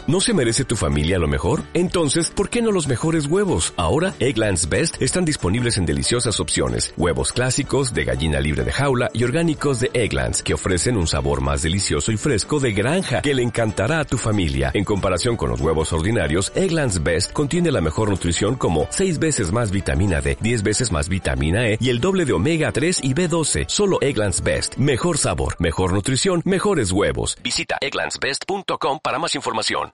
¿No se merece tu familia lo mejor? Entonces, ¿por qué no los mejores huevos? Ahora, Eggland's Best están disponibles en deliciosas opciones. Huevos clásicos, de gallina libre de jaula y orgánicos de Eggland's, que ofrecen un sabor más delicioso y fresco de granja, que le encantará a tu familia. En comparación con los huevos ordinarios, Eggland's Best contiene la mejor nutrición como 6 veces más vitamina D, 10 veces más vitamina E y el doble de omega 3 y B12. Solo Eggland's Best. Mejor sabor, mejor nutrición, mejores huevos. Visita egglandsbest.com para más información.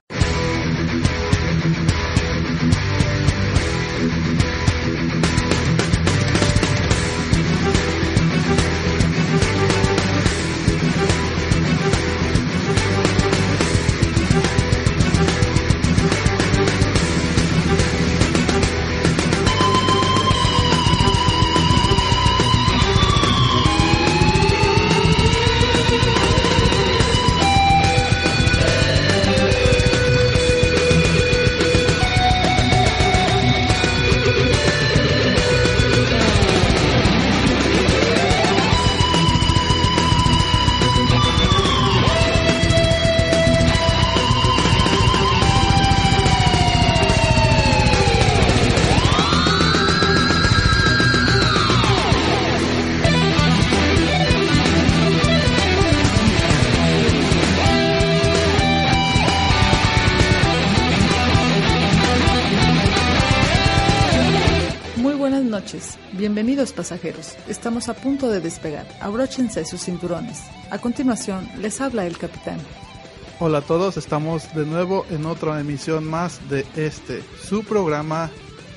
Bienvenidos pasajeros, estamos a punto de despegar, abróchense sus cinturones. A continuación, les habla el capitán. Hola a todos, estamos de nuevo en otra emisión más de su programa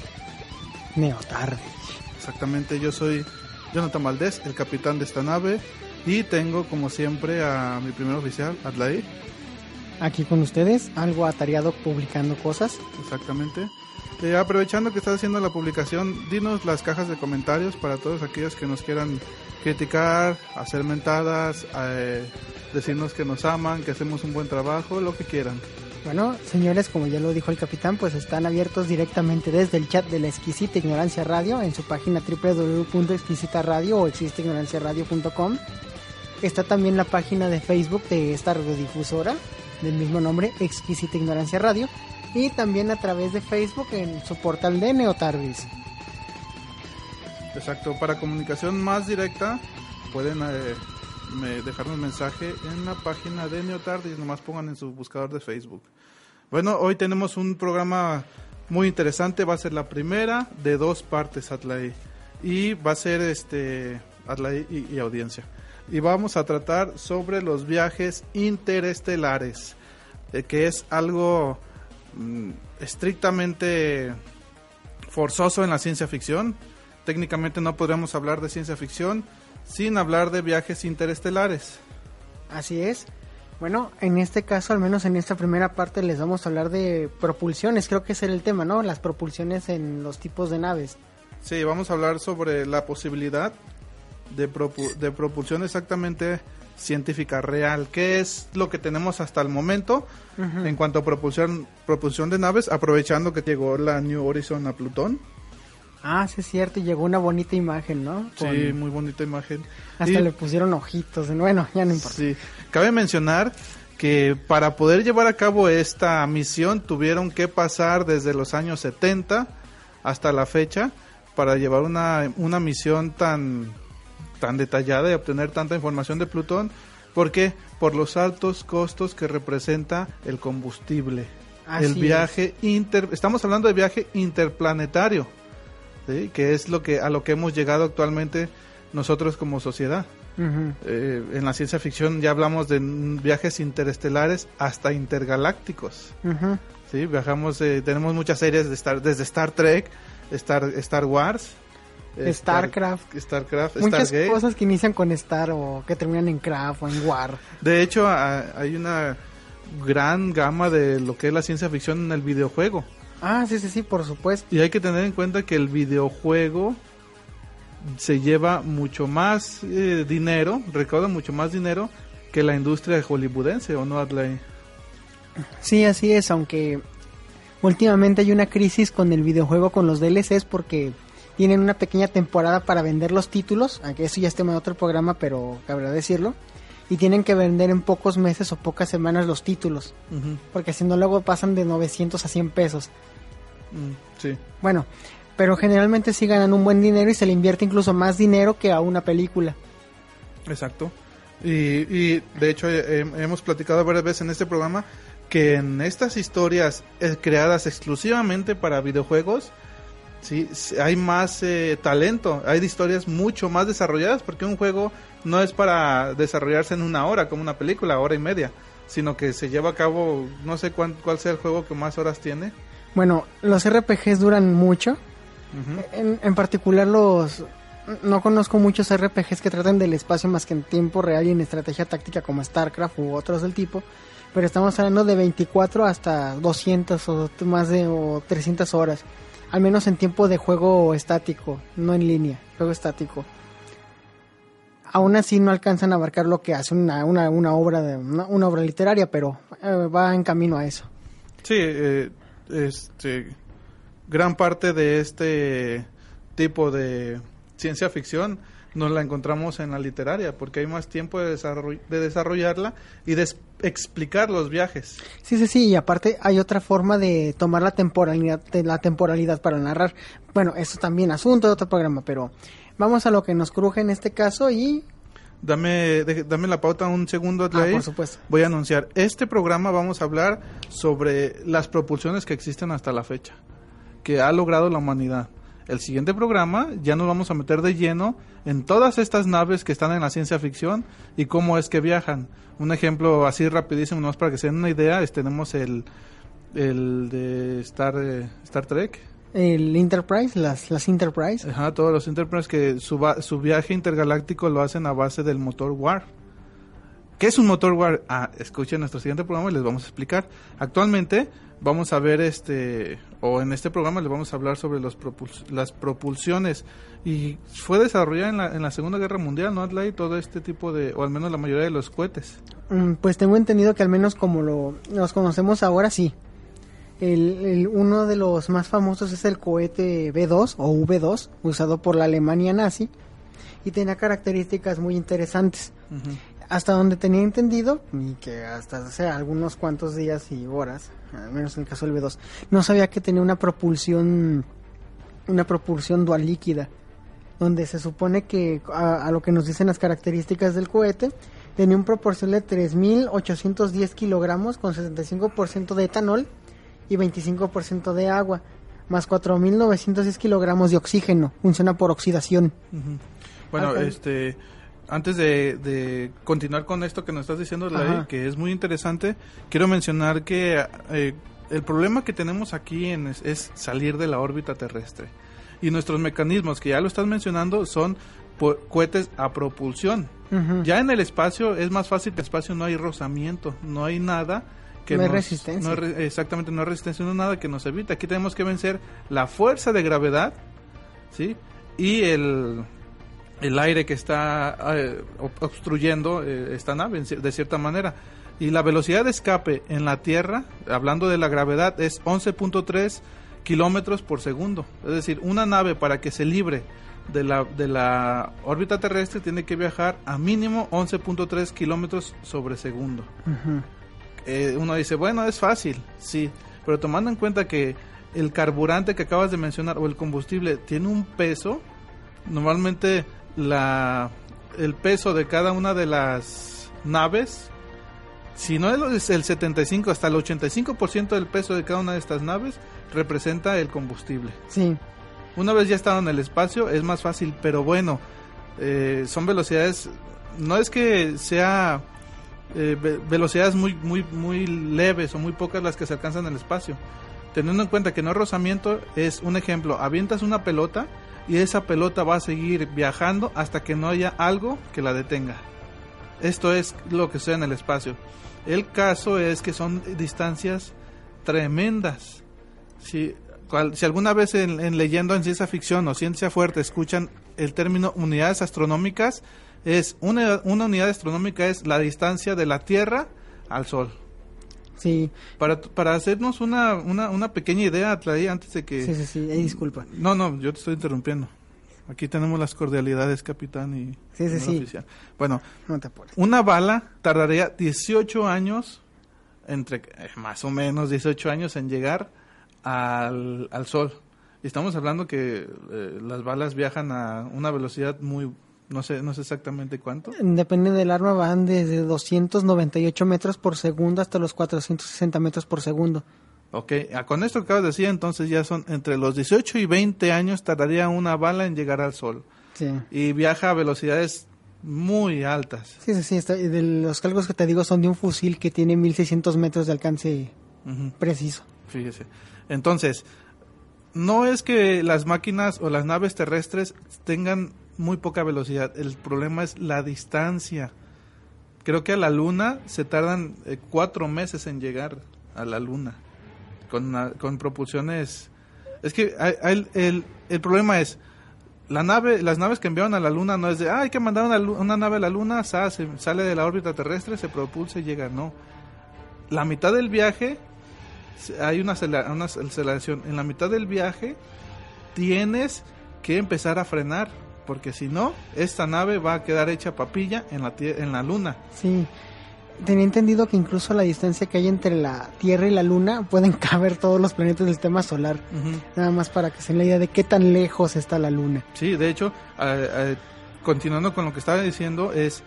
Neotardes. Exactamente, yo soy Jonathan Valdés, el capitán de esta nave, y tengo como siempre a mi primer oficial, Adlai. Aquí con ustedes, algo atareado publicando cosas. Exactamente. Aprovechando que estás haciendo la publicación, dinos las cajas de comentarios para todos aquellos que nos quieran criticar, hacer mentadas, decirnos que nos aman, que hacemos un buen trabajo, lo que quieran. Bueno, señores, como ya lo dijo el capitán, pues están abiertos directamente desde el chat de la Exquisita Ignorancia Radio en su página www.exquisitaradio o exquisitaignoranciaradio.com. Está también la página de Facebook de esta radiodifusora del mismo nombre, Exquisita Ignorancia Radio. Y también a través de Facebook en su portal de Neotardis. Exacto, para comunicación más directa pueden dejarnos mensaje en la página de Neotardis, nomás pongan en su buscador de Facebook. Bueno, hoy tenemos un programa muy interesante, va a ser la primera de 2 partes, Adlai. Y va a ser Adlai y audiencia. Y vamos a tratar sobre los viajes interestelares, que es algo estrictamente forzoso en la ciencia ficción. Técnicamente no podríamos hablar de ciencia ficción sin hablar de viajes interestelares. Así es. Bueno, en este caso, al menos en esta primera parte, les vamos a hablar de propulsiones. Creo que ese era el tema, ¿no? Las propulsiones en los tipos de naves. Sí, vamos a hablar sobre la posibilidad de propulsión exactamente científica real. ¿Qué es lo que tenemos hasta el momento en cuanto a propulsión de naves, aprovechando que llegó la New Horizon a Plutón? Ah, sí es cierto, llegó una bonita imagen, ¿no? Sí, muy bonita imagen. Hasta le pusieron ojitos, bueno, ya no importa. Sí, cabe mencionar que para poder llevar a cabo esta misión tuvieron que pasar desde los años 70 hasta la fecha para llevar una misión tan detallada y obtener tanta información de Plutón. ¿Por qué? Por los altos costos que representa el combustible. Así el viaje estamos hablando de viaje interplanetario, ¿sí? Que es a lo que hemos llegado actualmente nosotros como sociedad. En la ciencia ficción ya hablamos de viajes interestelares hasta intergalácticos. ¿Sí? Viajamos, tenemos muchas series desde Star Trek, Star Wars, StarCraft, muchas Stargate. Cosas que inician con Star o que terminan en Craft o en War. De hecho, hay una gran gama de lo que es la ciencia ficción en el videojuego. Ah, sí, por supuesto. Y hay que tener en cuenta que el videojuego se lleva mucho más dinero, recauda mucho más dinero que la industria hollywoodense, ¿o no, Adlai? Sí, así es, aunque últimamente hay una crisis con el videojuego, con los DLCs, porque tienen una pequeña temporada para vender los títulos, aunque eso ya es tema de otro programa, pero cabrá decirlo. y tienen que vender en pocos meses o pocas semanas los títulos, porque si no luego pasan de 900 a 100 pesos. Sí. Bueno, pero generalmente sí ganan un buen dinero y se le invierte incluso más dinero que a una película. Exacto. Y de hecho hemos platicado varias veces en este programa que en estas historias creadas exclusivamente para videojuegos, sí, hay más talento, hay historias mucho más desarrolladas, porque un juego no es para desarrollarse en una hora como una película, hora y media, sino que se lleva a cabo, no sé cuál sea el juego que más horas tiene. Bueno, los RPGs duran mucho. En particular no conozco muchos RPGs que traten del espacio más que en tiempo real y en estrategia táctica como StarCraft u otros del tipo, pero estamos hablando de 24 hasta 200 o más o 300 horas, al menos en tiempo de juego estático, no en línea, juego estático. Aún así no alcanzan a abarcar lo que hace una obra literaria, pero va en camino a eso. Sí, gran parte de este tipo de ciencia ficción nos la encontramos en la literaria, porque hay más tiempo de desarrollarla y de explicar los viajes. Sí, y aparte hay otra forma de tomar la temporalidad para narrar. Bueno, eso también asunto de otro programa, pero vamos a lo que nos cruje en este caso y... Dame la pauta un segundo, Adlai. Por supuesto. Voy a anunciar. Este programa vamos a hablar sobre las propulsiones que existen hasta la fecha, que ha logrado la humanidad. El siguiente programa ya nos vamos a meter de lleno en todas estas naves que están en la ciencia ficción y cómo es que viajan. Un ejemplo así rapidísimo, nomás para que se den una idea, tenemos el de Star Trek. El Enterprise, las Enterprise. Ajá, todos los Enterprise que su viaje intergaláctico lo hacen a base del motor Warp. ¿Qué es un motor Warp? Escuchen nuestro siguiente programa y les vamos a explicar. Actualmente vamos a ver en este programa les vamos a hablar sobre las propulsiones, y fue desarrollada en la Segunda Guerra Mundial, ¿no, Adlai? Todo este tipo o al menos la mayoría de los cohetes. Pues tengo entendido que al menos como los conocemos ahora, sí. Uno de los más famosos es el cohete B2 o V2, usado por la Alemania nazi, y tenía características muy interesantes. Hasta donde tenía entendido, y que hasta hace algunos cuantos días y horas, al menos en el caso del B2, no sabía que tenía una propulsión dual líquida, donde se supone que a lo que nos dicen las características del cohete, tenía un proporción de 3.810 kilogramos con 75% de etanol y 25% de agua, más 4.910 kilogramos de oxígeno. Funciona por oxidación. Bueno, antes de continuar con esto que nos estás diciendo, Lai, que es muy interesante, quiero mencionar que el problema que tenemos aquí es salir de la órbita terrestre. Y nuestros mecanismos, que ya lo estás mencionando, son cohetes a propulsión. Ya en el espacio es más fácil, en el espacio no hay rozamiento, no hay nada que no hay resistencia. Exactamente, no hay resistencia, no hay nada que nos evite. Aquí tenemos que vencer la fuerza de gravedad, ¿sí? Y el aire que está obstruyendo esta nave, de cierta manera. Y la velocidad de escape en la Tierra, hablando de la gravedad, es 11.3 kilómetros por segundo. Es decir, una nave para que se libre de la órbita terrestre tiene que viajar a mínimo 11.3 kilómetros sobre segundo. Uno dice, bueno, es fácil, sí, pero tomando en cuenta que el carburante que acabas de mencionar o el combustible tiene un peso, normalmente el peso de cada una de las naves, si no es el 75 hasta el 85% del peso de cada una de estas naves representa el combustible. Sí. Una vez ya estado en el espacio es más fácil, pero bueno, son velocidades, no es que sea velocidades muy leves o muy pocas las que se alcanzan en el espacio. Teniendo en cuenta que no hay rozamiento, es un ejemplo, avientas una pelota y esa pelota va a seguir viajando hasta que no haya algo que la detenga. Esto es lo que sucede en el espacio. El caso es que son distancias tremendas. Si alguna vez en leyendo en ciencia ficción o ciencia fuerte escuchan el término unidades astronómicas, es una unidad astronómica es la distancia de la Tierra al Sol. Sí. Para hacernos una pequeña idea, Atlai, antes de que... Sí, disculpa. No, yo te estoy interrumpiendo. Aquí tenemos las cordialidades, capitán y Sí. oficial. Bueno, No te apures. una bala tardaría 18 años, más o menos 18 años en llegar al Sol. Y estamos hablando que las balas viajan a una velocidad muy, no sé exactamente cuánto. Depende del arma, van desde 298 metros por segundo hasta los 460 metros por segundo. Ok, con esto que acabas de decir, entonces ya son entre los 18 y 20 años tardaría una bala en llegar al Sol. Sí. Y viaja a velocidades muy altas. Sí. De los cálculos que te digo son de un fusil que tiene 1600 metros de alcance preciso. Fíjese. Entonces, no es que las máquinas o las naves terrestres tengan muy poca velocidad. El problema es la distancia. Creo que a la Luna se tardan 4 meses en llegar a la Luna. Con propulsiones. Es que el problema es las naves que enviaron a la Luna no es de hay que mandar una nave a la Luna, sale de la órbita terrestre, se propulsa y llega. No, la mitad del viaje hay una aceleración. En la mitad del viaje tienes que empezar a frenar, porque si no esta nave va a quedar hecha papilla en la Luna. Sí. Tenía entendido que incluso la distancia que hay entre la Tierra y la Luna pueden caber todos los planetas del sistema solar. Nada más para que se den la idea de qué tan lejos está la Luna. Sí, de hecho, continuando con lo que estaba diciendo, es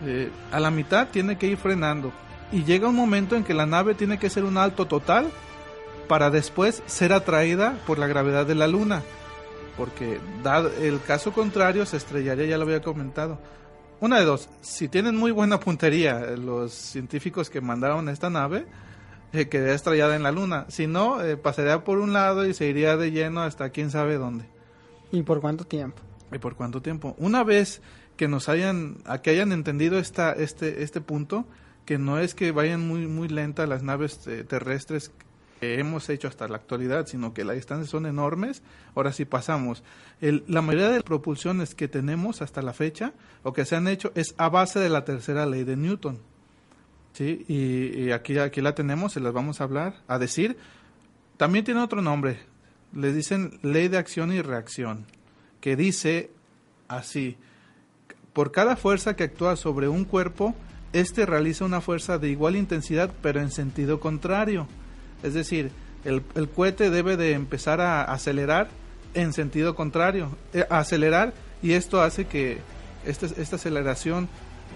a la mitad tiene que ir frenando. Y llega un momento en que la nave tiene que hacer un alto total para después ser atraída por la gravedad de la Luna. Porque, dado el caso contrario, se estrellaría, ya lo había comentado. Una de dos, si tienen muy buena puntería los científicos que mandaron esta nave, quedaría estrellada en la Luna. Si no, pasaría por un lado y se iría de lleno hasta quién sabe dónde. ¿Y por cuánto tiempo? ¿Y por cuánto tiempo? Una vez que que hayan entendido este punto, que no es que vayan muy lentas las naves terrestres que hemos hecho hasta la actualidad, sino que las distancias son enormes. Ahora sí pasamos. La mayoría de propulsiones que tenemos hasta la fecha, o que se han hecho, es a base de la tercera ley de Newton. ¿Sí? Y aquí la tenemos, se las vamos a decir. También tiene otro nombre. Les dicen ley de acción y reacción, que dice así: por cada fuerza que actúa sobre un cuerpo, este realiza una fuerza de igual intensidad, pero en sentido contrario. Es decir, el cohete debe de empezar a acelerar en sentido contrario, acelerar, y esto hace que esta aceleración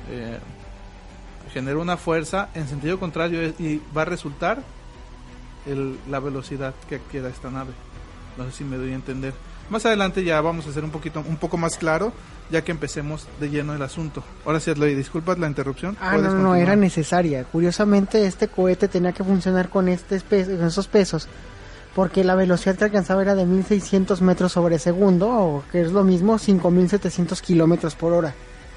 genere una fuerza en sentido contrario y va a resultar la velocidad que adquiera esta nave. No sé si me doy a entender. Más adelante ya vamos a hacer un poco más claro, ya que empecemos de lleno el asunto. Ahora sí, Adley, disculpas la interrupción. No, era necesaria. Curiosamente, este cohete tenía que funcionar con esos pesos, porque la velocidad que alcanzaba era de 1600 metros sobre segundo, o que es lo mismo, 5700 kilómetros por hora.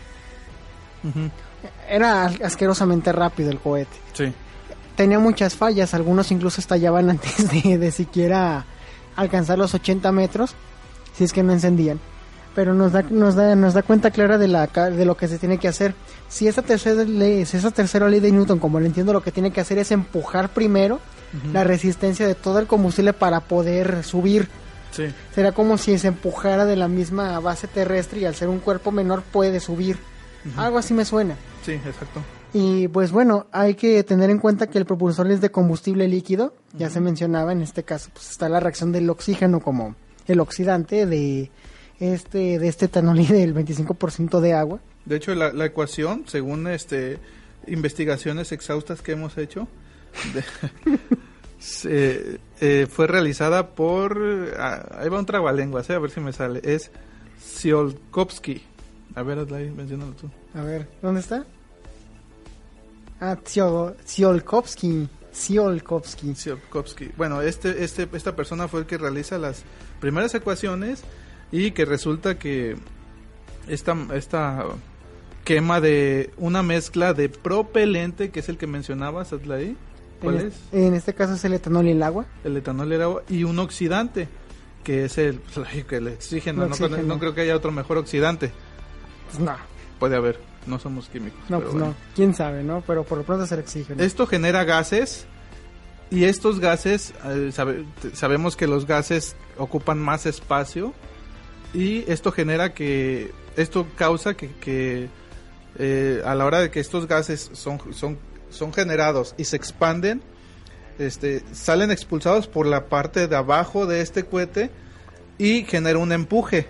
Era asquerosamente rápido el cohete. Sí. Tenía muchas fallas, algunos incluso estallaban antes de siquiera alcanzar los 80 metros, si es que no encendían. Pero nos da cuenta clara de lo que se tiene que hacer. Si esa tercera ley de Newton, como lo entiendo, lo que tiene que hacer es empujar primero la resistencia de todo el combustible para poder subir. Sí. Será como si se empujara de la misma base terrestre y al ser un cuerpo menor puede subir. Algo así me suena. Sí, exacto. Y pues bueno, hay que tener en cuenta que el propulsor es de combustible líquido. Ya se mencionaba, en este caso pues está la reacción del oxígeno como el oxidante de este etanol y del 25% de agua. De hecho, la ecuación, según investigaciones exhaustas que hemos hecho, fue realizada por... ahí va un trabalenguas, a ver si me sale. Es Tsiolkovsky. A ver, Adlai, menciónalo tú. A ver, ¿dónde está? Tsiolkovsky. Bueno, esta persona fue el que realiza las primeras ecuaciones y que resulta que esta quema de una mezcla de propelente, que es el que mencionabas, Adlai. ¿Cuál es? En este caso es el etanol y el agua. El etanol y el agua, y un oxidante, que es el oxígeno. No creo que haya otro mejor oxidante. Pues no. Puede haber, no somos químicos. No, pues bueno. No, quién sabe, ¿no? Pero por lo pronto es el oxígeno. Esto genera gases, y estos gases, sabemos que los gases ocupan más espacio, y esto causa que a la hora de que estos gases son generados y se expanden, salen expulsados por la parte de abajo de este cohete y genera un empuje.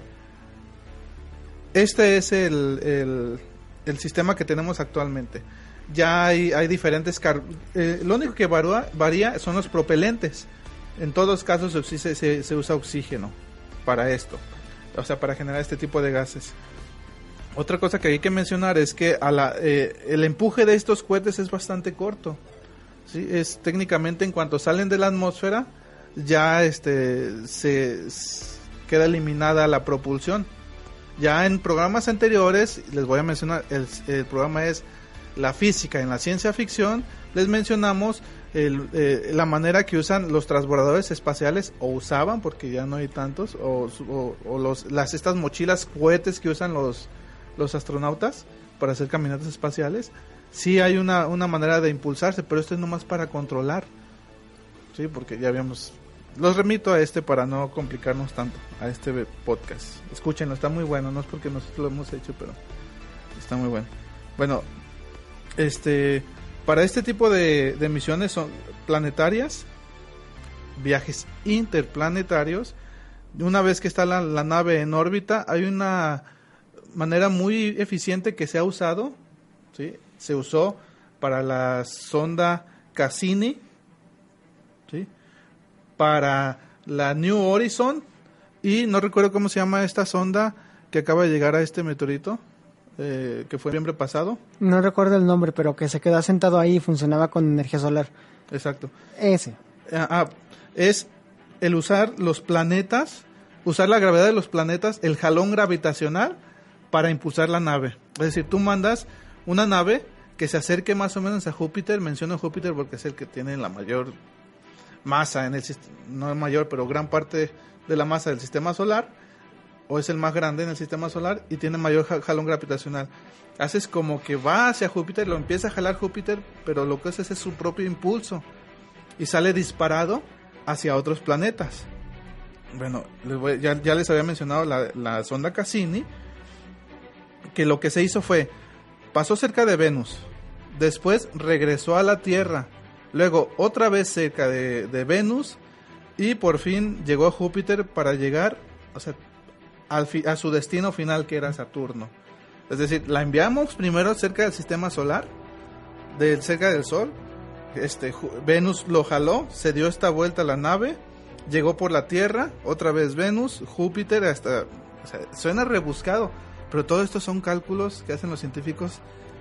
Este es el sistema que tenemos actualmente. Ya hay diferentes lo único que varía son los propelentes. En todos los casos se usa oxígeno para esto, o sea, para generar este tipo de gases. Otra cosa que hay que mencionar es que el empuje de estos cohetes es bastante corto, ¿sí? Es técnicamente en cuanto salen de la atmósfera ya se queda eliminada la propulsión. Ya en programas anteriores les voy a mencionar, el programa es la física en la ciencia ficción, les mencionamos la manera que usan los transbordadores espaciales, o usaban porque ya no hay tantos, estas mochilas cohetes que usan los astronautas para hacer caminatas espaciales. Sí hay una manera de impulsarse, pero esto es nomás para controlar, sí, porque ya habíamos... Los remito a para no complicarnos tanto, a este podcast. Escúchenlo, está muy bueno, no es porque nosotros lo hemos hecho, pero está muy bueno. Bueno, para este tipo de misiones son planetarias, viajes interplanetarios. Una vez que está la nave en órbita, hay una manera muy eficiente que se ha usado, ¿sí? Se usó para la sonda Cassini, ¿sí? Para la New Horizon, y no recuerdo cómo se llama esta sonda que acaba de llegar a este meteorito, que fue en noviembre pasado. No recuerdo el nombre, pero que se quedó sentado ahí y funcionaba con energía solar. Exacto. Ese. Es el usar los planetas, usar la gravedad de los planetas, el jalón gravitacional para impulsar la nave. Es decir, tú mandas una nave que se acerque más o menos a Júpiter. Menciono Júpiter porque es el que tiene la mayor masa en el sistema, no es mayor, pero gran parte de la masa del sistema solar, o es el más grande en el sistema solar y tiene mayor jalón gravitacional. Haces como que va hacia Júpiter, lo empieza a jalar Júpiter, pero lo que hace es su propio impulso y sale disparado hacia otros planetas. Bueno, ya les había mencionado la sonda Cassini, que lo que se hizo fue, pasó cerca de Venus, después regresó a la Tierra, luego otra vez cerca de Venus, y por fin llegó a Júpiter para llegar, o sea, a su destino final, que era Saturno. Es decir, la enviamos primero cerca del sistema solar, cerca del Sol. Venus lo jaló, se dio esta vuelta a la nave, llegó por la Tierra, otra vez Venus, Júpiter, o sea, suena rebuscado, pero todo esto son cálculos que hacen los científicos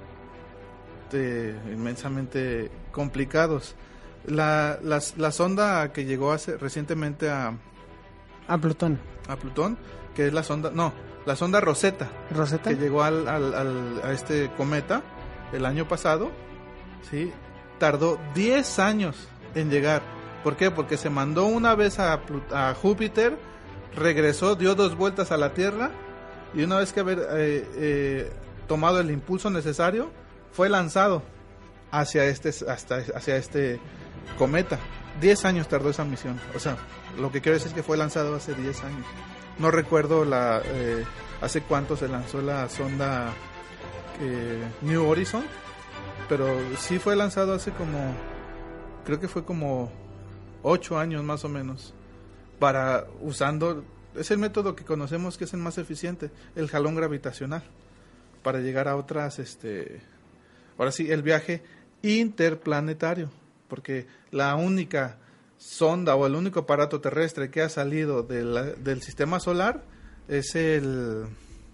inmensamente complicados. La sonda que llegó recientemente a Plutón, que es la sonda Rosetta, que llegó a este cometa el año pasado, ¿sí? Tardó 10 años en llegar. ¿Por qué? Porque se mandó una vez a Júpiter, regresó, dio 2 vueltas a la Tierra, y una vez que haber tomado el impulso necesario, fue lanzado hacia este cometa. 10 años tardó esa misión. O sea, lo que quiero decir es que fue lanzado hace 10 años. No recuerdo hace cuánto se lanzó la sonda New Horizon, pero sí fue lanzado hace creo que fue como 8 años más o menos, usando, es el método que conocemos que es el más eficiente, el jalón gravitacional, para llegar a otras, ahora sí, el viaje interplanetario, porque la única sonda o el único aparato terrestre que ha salido del sistema solar es el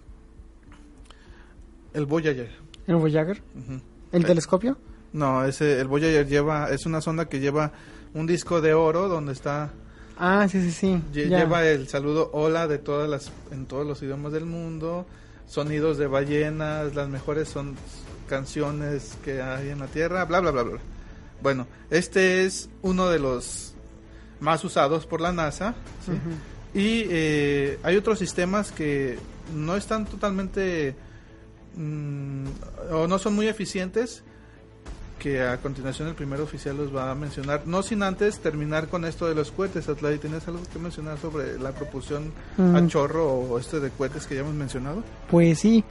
Voyager. ¿El Voyager? Uh-huh. ¿El telescopio? No, el Voyager es una sonda que lleva un disco de oro donde está... Ah, sí. Lleva el saludo hola en todos los idiomas del mundo, sonidos de ballenas, las mejores canciones que hay en la Tierra, bla, bla, bla, bla. Bueno, este es uno de los más usados por la NASA, ¿sí? Uh-huh. Y hay otros sistemas que no están totalmente o no son muy eficientes, que a continuación el primer oficial los va a mencionar, no sin antes terminar con esto de los cohetes. Atlay, ¿tienes algo que mencionar sobre la propulsión a chorro o de cohetes que ya hemos mencionado? Pues sí,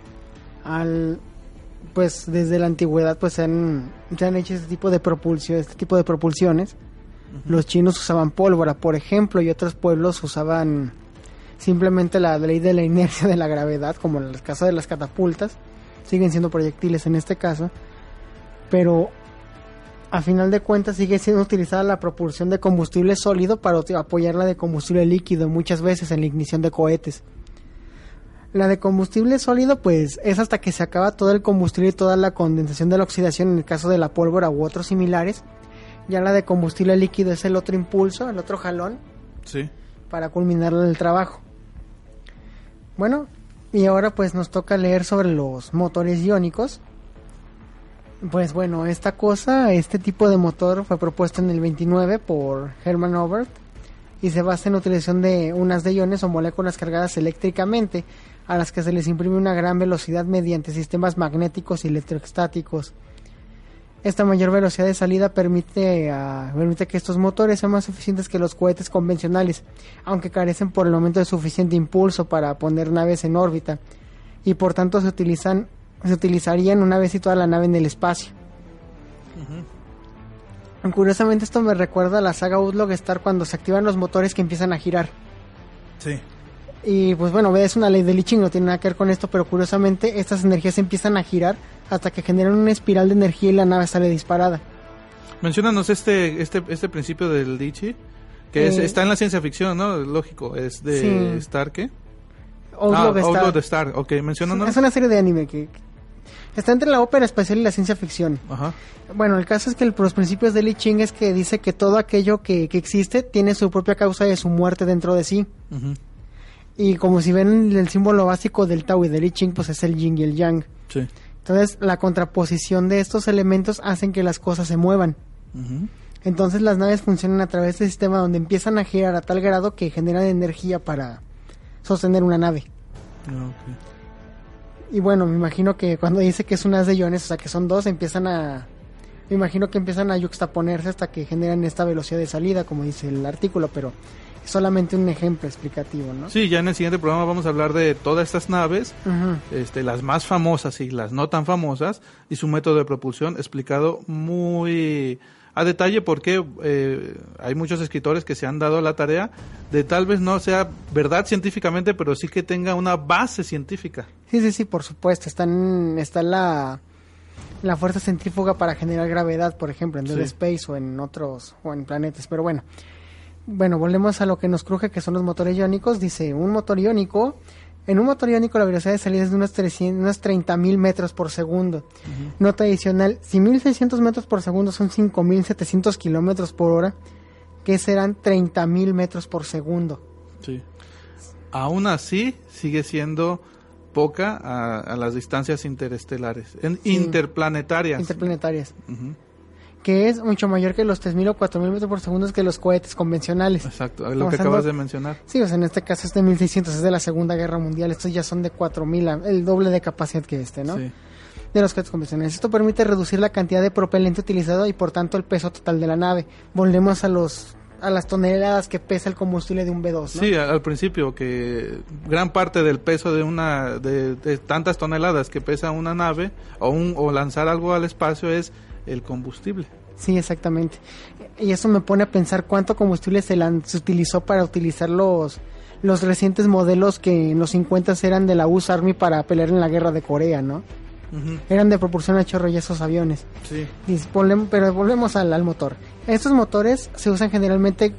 pues desde la antigüedad pues se han hecho este tipo de propulsiones. Los chinos usaban pólvora, por ejemplo, y otros pueblos usaban simplemente la ley de la inercia de la gravedad, como en el caso de las catapultas. Siguen siendo proyectiles en este caso, pero a final de cuentas sigue siendo utilizada la propulsión de combustible sólido para apoyar la de combustible líquido muchas veces en la ignición de cohetes. La de combustible sólido pues es hasta que se acaba todo el combustible y toda la condensación de la oxidación en el caso de la pólvora u otros similares. Ya la de combustible líquido es el otro impulso, el otro jalón, sí, para culminar el trabajo. Bueno, y ahora pues nos toca leer sobre los motores iónicos. Pues bueno, este tipo de motor fue propuesto en el 29 por Hermann Oberth y se basa en la utilización de unas de iones o moléculas cargadas eléctricamente a las que se les imprime una gran velocidad mediante sistemas magnéticos y electrostáticos. Esta mayor velocidad de salida permite que estos motores sean más eficientes que los cohetes convencionales, aunque carecen por el momento de suficiente impulso para poner naves en órbita, y por tanto se utilizarían una vez situada la nave en el espacio. Curiosamente esto me recuerda a la saga Outlaw Star cuando se activan los motores que empiezan a girar. Sí. Y pues bueno, es una ley de I Ching, no tiene nada que ver con esto, pero curiosamente estas energías empiezan a girar hasta que generan una espiral de energía y la nave sale disparada. Menciónanos este principio del I Ching, que está en la ciencia ficción, ¿no? Lógico, es de sí. Star, ¿qué? Outlaw Star, ok, menciónanos. Es una serie de anime que está entre la ópera espacial y la ciencia ficción. Ajá. Bueno, el caso es que los principios del I Ching es que dice que todo aquello que existe tiene su propia causa de su muerte dentro de sí. Uh-huh. Y como si ven el símbolo básico del Tao y del I Ching, pues es el yin y el yang. Sí. Entonces, la contraposición de estos elementos hacen que las cosas se muevan. Uh-huh. Entonces, las naves funcionan a través del sistema donde empiezan a girar a tal grado que generan energía para sostener una nave. Okay. Y bueno, me imagino que cuando dice que es un haz de iones, o sea que son dos, me imagino que empiezan a yuxtaponerse hasta que generan esta velocidad de salida, como dice el artículo, pero es solamente un ejemplo explicativo, ¿no? Sí, ya en el siguiente programa vamos a hablar de todas estas naves, uh-huh. Las más famosas y las no tan famosas, y su método de propulsión explicado muy a detalle, porque hay muchos escritores que se han dado la tarea de tal vez no sea verdad científicamente, pero sí que tenga una base científica. Sí, por supuesto. Está la fuerza centrífuga para generar gravedad, por ejemplo, en Dead Space o en otros, o en planetas. Pero bueno, volvemos a lo que nos cruje, que son los motores iónicos. Dice, en un motor iónico la velocidad de salida es de unos 30.000 metros por segundo. Uh-huh. Nota adicional, si 1.600 metros por segundo son 5.700 kilómetros por hora, que serán 30.000 metros por segundo. Sí. Aún así, sigue siendo poca a las distancias interestelares, interplanetarias. Uh-huh. Que es mucho mayor que los 3.000 o 4.000 metros por segundo que los cohetes convencionales. Exacto, lo que acabas de mencionar. Sí, o sea, en este caso es de 1.600, es de la Segunda Guerra Mundial. Estos ya son de 4.000, el doble de capacidad que ¿no? Sí. De los cohetes convencionales. Esto permite reducir la cantidad de propelente utilizado y por tanto el peso total de la nave. Volvemos a las toneladas que pesa el combustible de un B-2, ¿no? Sí, al principio, que gran parte del peso de tantas toneladas que pesa una nave o lanzar algo al espacio es el combustible. Sí, exactamente. Y eso me pone a pensar cuánto combustible se utilizó para utilizar los recientes modelos que en los 50 eran de la US Army para pelear en la guerra de Corea, ¿no? Uh-huh. Eran de propulsión a chorro y esos aviones. Sí. Pero volvemos al motor. Estos motores se usan generalmente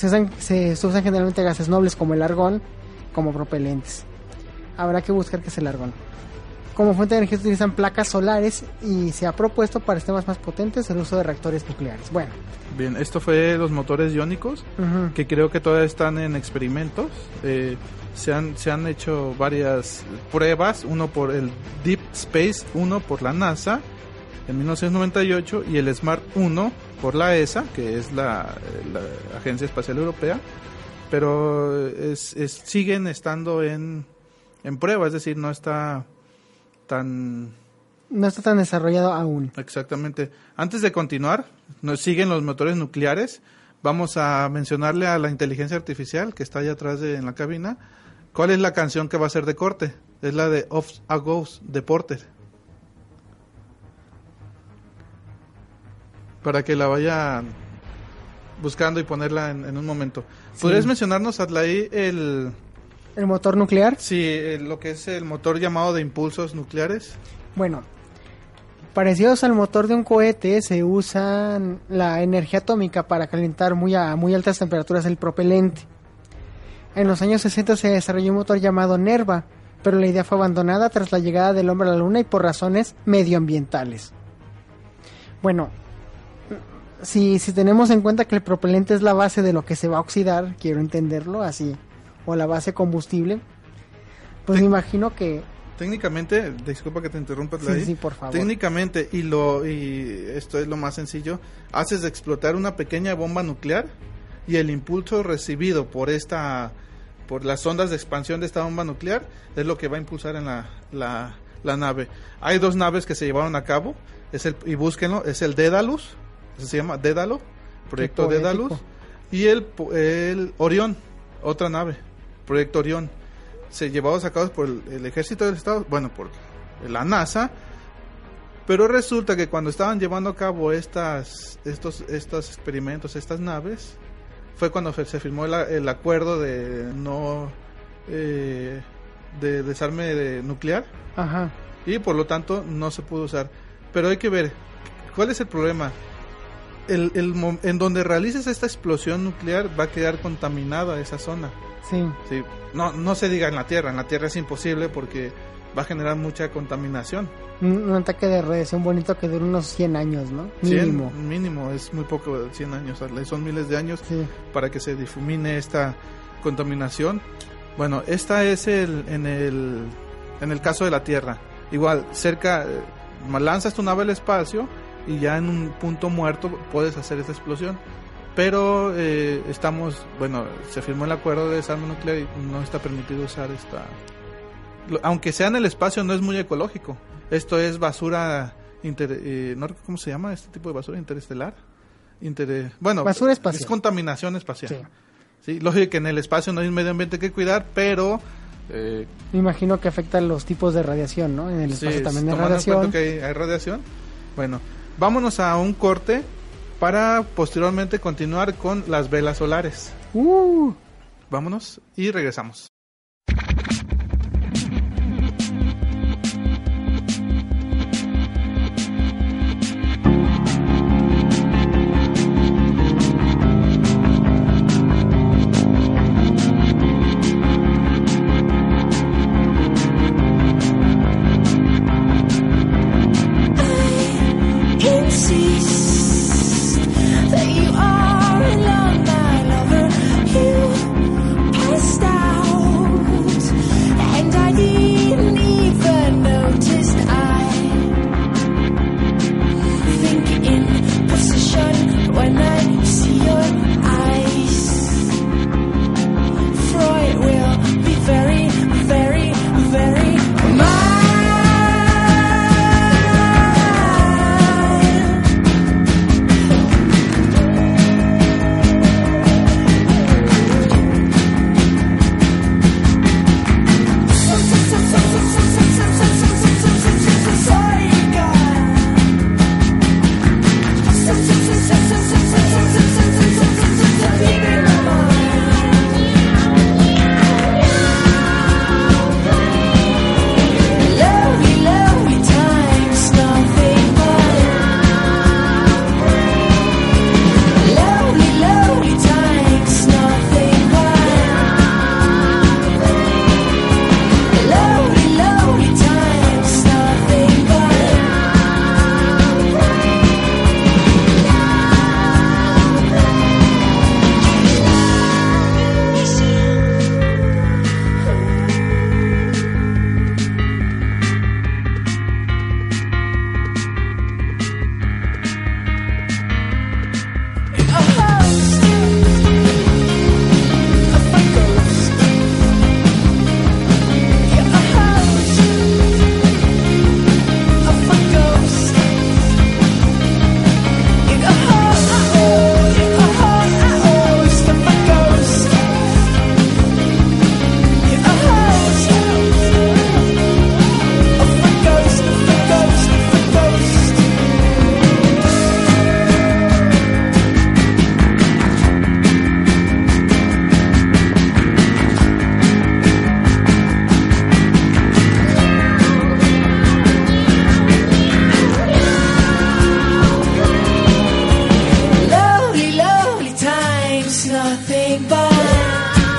gases nobles como el argón como propelentes. Habrá que buscar qué es el argón. Como fuente de energía se utilizan placas solares y se ha propuesto para sistemas más potentes el uso de reactores nucleares. Bueno. Bien, esto fue los motores iónicos, uh-huh. que creo que todavía están en experimentos. Se han hecho varias pruebas, uno por el Deep Space 1 por la NASA en 1998 y el Smart 1 por la ESA, que es la Agencia Espacial Europea, pero siguen estando en prueba, es decir, no está tan No está tan desarrollado aún. Exactamente. Antes de continuar, nos siguen los motores nucleares. Vamos a mencionarle a la inteligencia artificial que está allá atrás en la cabina, cuál es la canción que va a ser de corte. Es la de Off a Ghost de Porter. Para que la vayan buscando y ponerla en un momento. ¿Podrías mencionarnos, Adlai, ¿El motor nuclear? Sí, lo que es el motor llamado de impulsos nucleares. Bueno, parecidos al motor de un cohete, se usa la energía atómica para calentar a muy altas temperaturas el propelente. En los años 60 se desarrolló un motor llamado NERVA, pero la idea fue abandonada tras la llegada del hombre a la luna y por razones medioambientales. Bueno, si tenemos en cuenta que el propelente es la base de lo que se va a oxidar, quiero entenderlo así, o la base combustible, pues me imagino que... Técnicamente, disculpa que te interrumpa, sí, por favor. Técnicamente, y esto es lo más sencillo, haces explotar una pequeña bomba nuclear y el impulso recibido por las ondas de expansión de esta bomba nuclear es lo que va a impulsar en la nave. Hay 2 naves que se llevaron a cabo, y búsquenlo, es el Daedalus, se llama Dédalo, proyecto Daedalus, y el Orión, otra nave, proyecto Orión. Se llevados a cabo por el ejército del estado, bueno, por la NASA, pero resulta que cuando estaban llevando a cabo estos experimentos, estas naves, fue cuando se firmó el acuerdo de no de desarme nuclear. Ajá. Y por lo tanto no se pudo usar. Pero hay que ver cuál es el problema. En donde realices esta explosión nuclear va a quedar contaminada esa zona. Sí. Sí. No se diga en la Tierra es imposible porque va a generar mucha contaminación. Un ataque de radiación bonito que dura unos 100 años, ¿no? Mínimo, es muy poco, 100 años, son miles de años para que se difumine esta contaminación. Bueno, esta es en el caso de la Tierra. Igual, cerca, lanzas tu nave al espacio y ya en un punto muerto puedes hacer esta explosión. Pero se firmó el acuerdo de desarme nuclear y no está permitido usar aunque sea en el espacio, no es muy ecológico. Esto es basura no recuerdo cómo se llama este tipo de basura, interestelar. Basura espacial. Es contaminación espacial. Sí. Sí, lógico que en el espacio no hay un medio ambiente que cuidar, pero me imagino que afecta los tipos de radiación, ¿no? En el espacio también hay radiación. Tomando en cuenta que hay radiación. Bueno, vámonos a un corte para posteriormente continuar con las velas solares. Vámonos y regresamos. That you are alone, my lover. You passed out. It's nothing but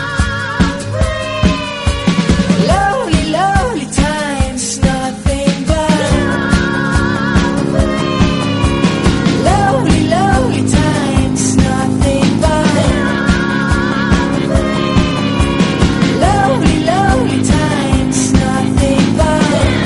lonely, lonely times. Nothing but lonely, lonely times. Nothing but lonely, lonely times. Nothing but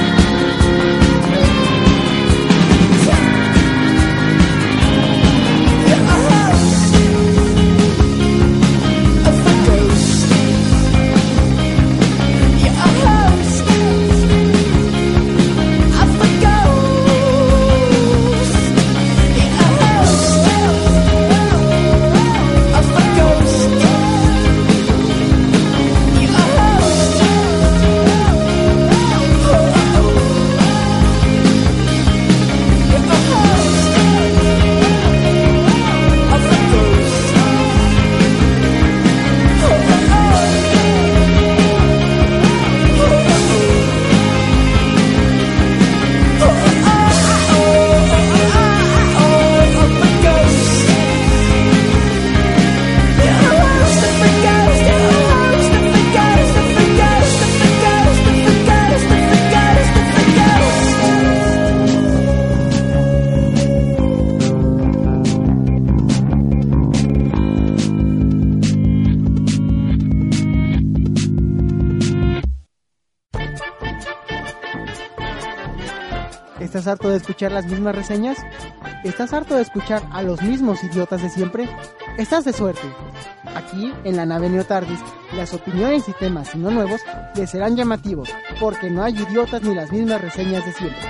¿Estás harto de escuchar las mismas reseñas? ¿Estás harto de escuchar a los mismos idiotas de siempre? Estás de suerte. Aquí, en la nave Neotardis, las opiniones y temas, si no nuevos, les serán llamativos, porque no hay idiotas ni las mismas reseñas de siempre.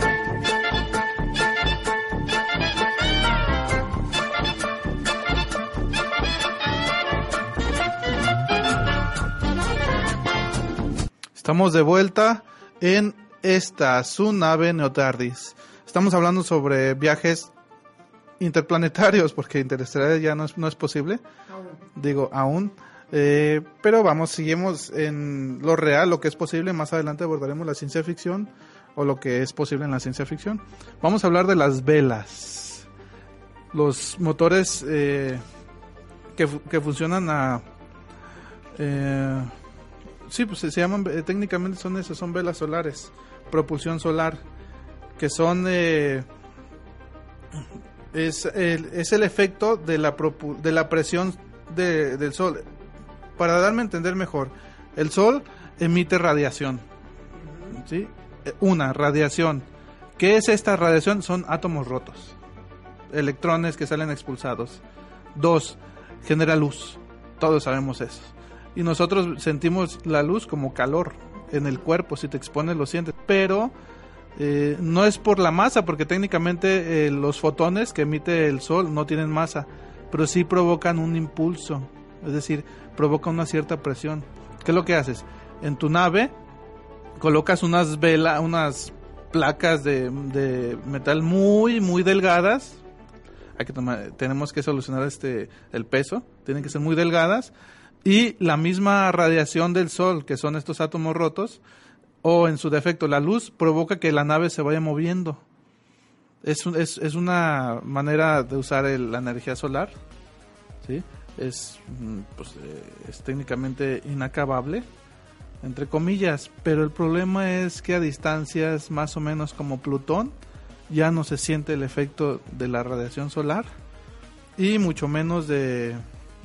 Estamos de vuelta en esta, su nave Neotardis. Estamos hablando sobre viajes interplanetarios, porque interestelares ya no es posible. Digo, aún. Pero vamos, seguimos en lo real, lo que es posible. Más adelante abordaremos la ciencia ficción, o lo que es posible en la ciencia ficción. Vamos a hablar de las velas. Los motores que funcionan a... sí, pues se llaman, técnicamente son esos, son velas solares, propulsión solar, que son es el efecto de la presión del sol. Para darme a entender mejor, el sol emite radiación, ¿sí? Una radiación. ¿Qué es esta radiación? Son átomos rotos, electrones que salen expulsados. 2, genera luz, todos sabemos eso. Y nosotros sentimos la luz como calor en el cuerpo, si te expones lo sientes, pero no es por la masa, porque técnicamente los fotones que emite el sol no tienen masa, pero sí provocan un impulso, es decir, provocan una cierta presión. ¿Qué es lo que haces? En tu nave colocas unas placas de metal muy, muy delgadas. Tenemos que solucionar el peso, tienen que ser muy delgadas. Y la misma radiación del sol, que son estos átomos rotos, o en su defecto la luz, provoca que la nave se vaya moviendo. Es una manera de usar la energía solar, ¿sí? Es técnicamente inacabable, entre comillas, pero el problema es que a distancias más o menos como Plutón ya no se siente el efecto de la radiación solar, y mucho menos de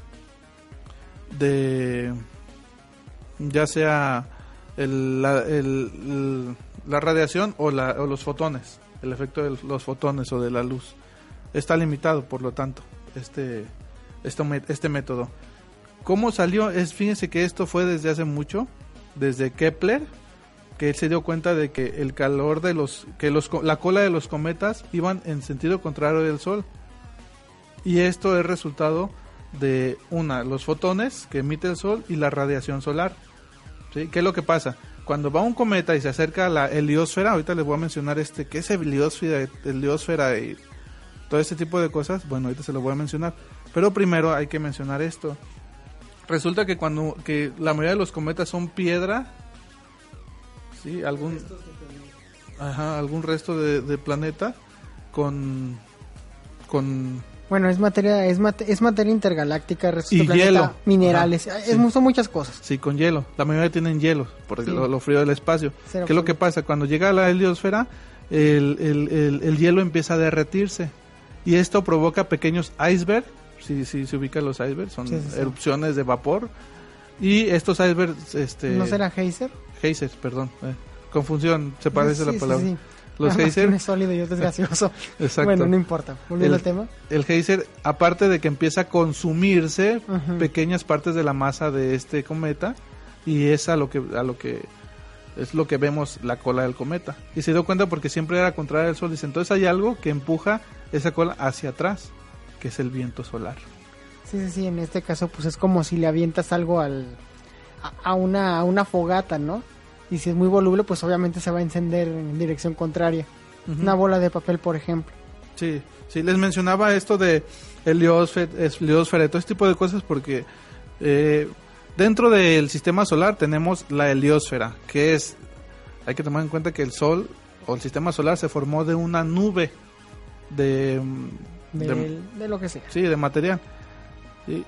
ya sea la radiación o los fotones, el efecto de los fotones o de la luz. Está limitado, por lo tanto, este método. ¿Cómo salió? Fíjense que esto fue desde hace mucho, desde Kepler, que él se dio cuenta de que el calor la cola de los cometas iban en sentido contrario del Sol. Y esto es resultado de los fotones que emite el Sol y la radiación solar, ¿sí? ¿Qué es lo que pasa? Cuando va un cometa y se acerca a la heliosfera, ahorita les voy a mencionar qué es heliosfera y todo este tipo de cosas, bueno, ahorita se lo voy a mencionar, pero primero hay que mencionar esto. Resulta que que la mayoría de los cometas son piedra, ¿sí? Algún resto de planeta con Bueno, es materia intergaláctica, restos Y de planeta, hielo. minerales, Ajá, son muchas cosas. Sí, con hielo. La mayoría tienen hielo por Sí. lo frío del espacio. Cero ¿Qué es lo que absoluto. pasa? Cuando llega a la heliosfera, el hielo empieza a derretirse. Y esto provoca pequeños icebergs. Si se ubican los icebergs, son Sí, sí, sí. erupciones de vapor. Y estos icebergs... ¿No será geyser? Geysers, perdón. Confusión, se parece Sí, la palabra. Sí. Los Uno geysers... es sólido y otro es gaseoso. Exacto. Bueno, no importa. Volviendo al tema. El geyser, aparte de que empieza a consumirse Ujú. pequeñas partes de la masa de este cometa, y es a lo que es lo que vemos la cola del cometa. Y se dio cuenta porque siempre era contraria del sol. Dice, entonces hay algo que empuja esa cola hacia atrás, que es el viento solar. Sí, en este caso pues es como si le avientas algo a una fogata, ¿no? Y si es muy voluble, pues obviamente se va a encender en dirección contraria. Ujú. Una bola de papel, por ejemplo. Sí, les mencionaba esto de heliosfera, todo este tipo de cosas porque dentro del sistema solar tenemos la heliosfera, que es, hay que tomar en cuenta que el sol o el sistema solar se formó de una nube de De lo que sea. sí, de material. Sí,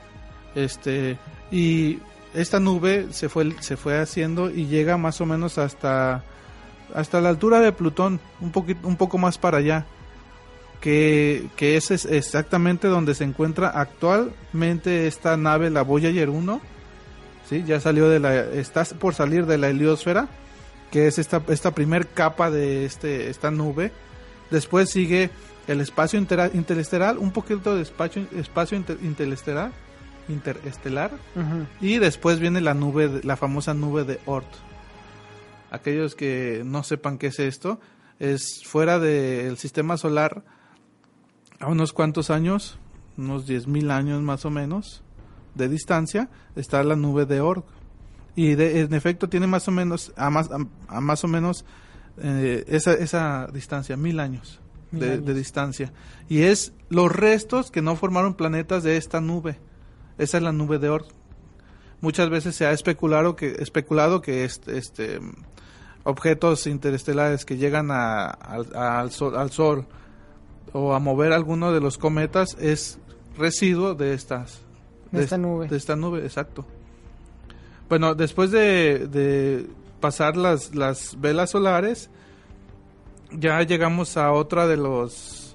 y esta nube se fue haciendo y llega más o menos hasta la altura de Plutón, un poco más para allá, que es exactamente donde se encuentra actualmente esta nave, la Voyager 1. Sí, ya está por salir de la heliosfera, que es esta primer capa de esta nube. Después sigue el espacio interestelar, un poquito de espacio interestelar, Ujú. y después viene la famosa nube de Oort. Aquellos que no sepan qué es esto, es fuera del sistema solar a unos cuantos años, unos 10,000 años más o menos de distancia, está la nube de Oort. Y en efecto tiene más o menos más o menos esa distancia, 1,000 años. De distancia, y es los restos que no formaron planetas de esta nube. Esa es la nube de Oort. Muchas veces se ha especulado que objetos interestelares que llegan al sol o a mover alguno de los cometas es residuo de esta nube, exacto. Bueno, después de pasar las velas solares, ya llegamos a otra de los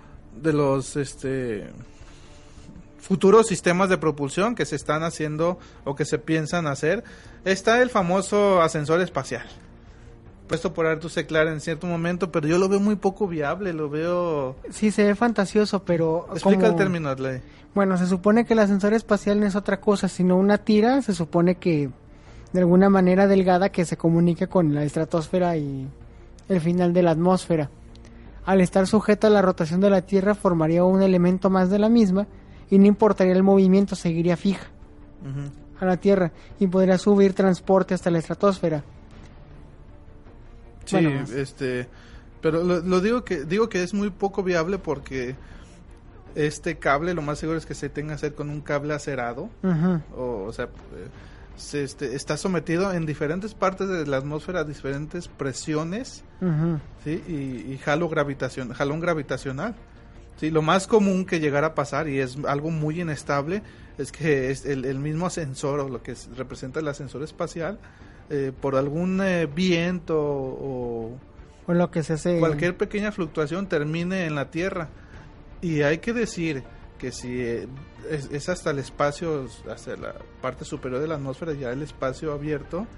futuros sistemas de propulsión que se están haciendo o que se piensan hacer. Está el famoso ascensor espacial, puesto por Arthur C. Clarke en cierto momento, pero yo lo veo muy poco viable, lo veo... Sí, se ve fantasioso, pero... Explica el término, Adley. Bueno, se supone que el ascensor espacial no es otra cosa, sino una tira, se supone que de alguna manera delgada que se comunique con la estratosfera y el final de la atmósfera. Al estar sujeto a la rotación de la Tierra formaría un elemento más de la misma y no importaría el movimiento, seguiría fija Ujú. a la Tierra y podría subir transporte hasta la estratosfera. Sí, Bueno, pero lo digo que es muy poco viable porque este cable lo más seguro es que se tenga que hacer con un cable acerado, Ujú. o sea, está sometido en diferentes partes de la atmósfera a diferentes presiones, Ujú. ¿sí? Y jalón gravitacional. Sí, lo más común que llegara a pasar, y es algo muy inestable, es que es el mismo ascensor, o lo que representa el ascensor espacial, por algún viento o O lo que se hace... cualquier pequeña fluctuación termine en la Tierra. Y hay que decir que si es hasta el espacio, hasta la parte superior de la atmósfera, ya el espacio abierto,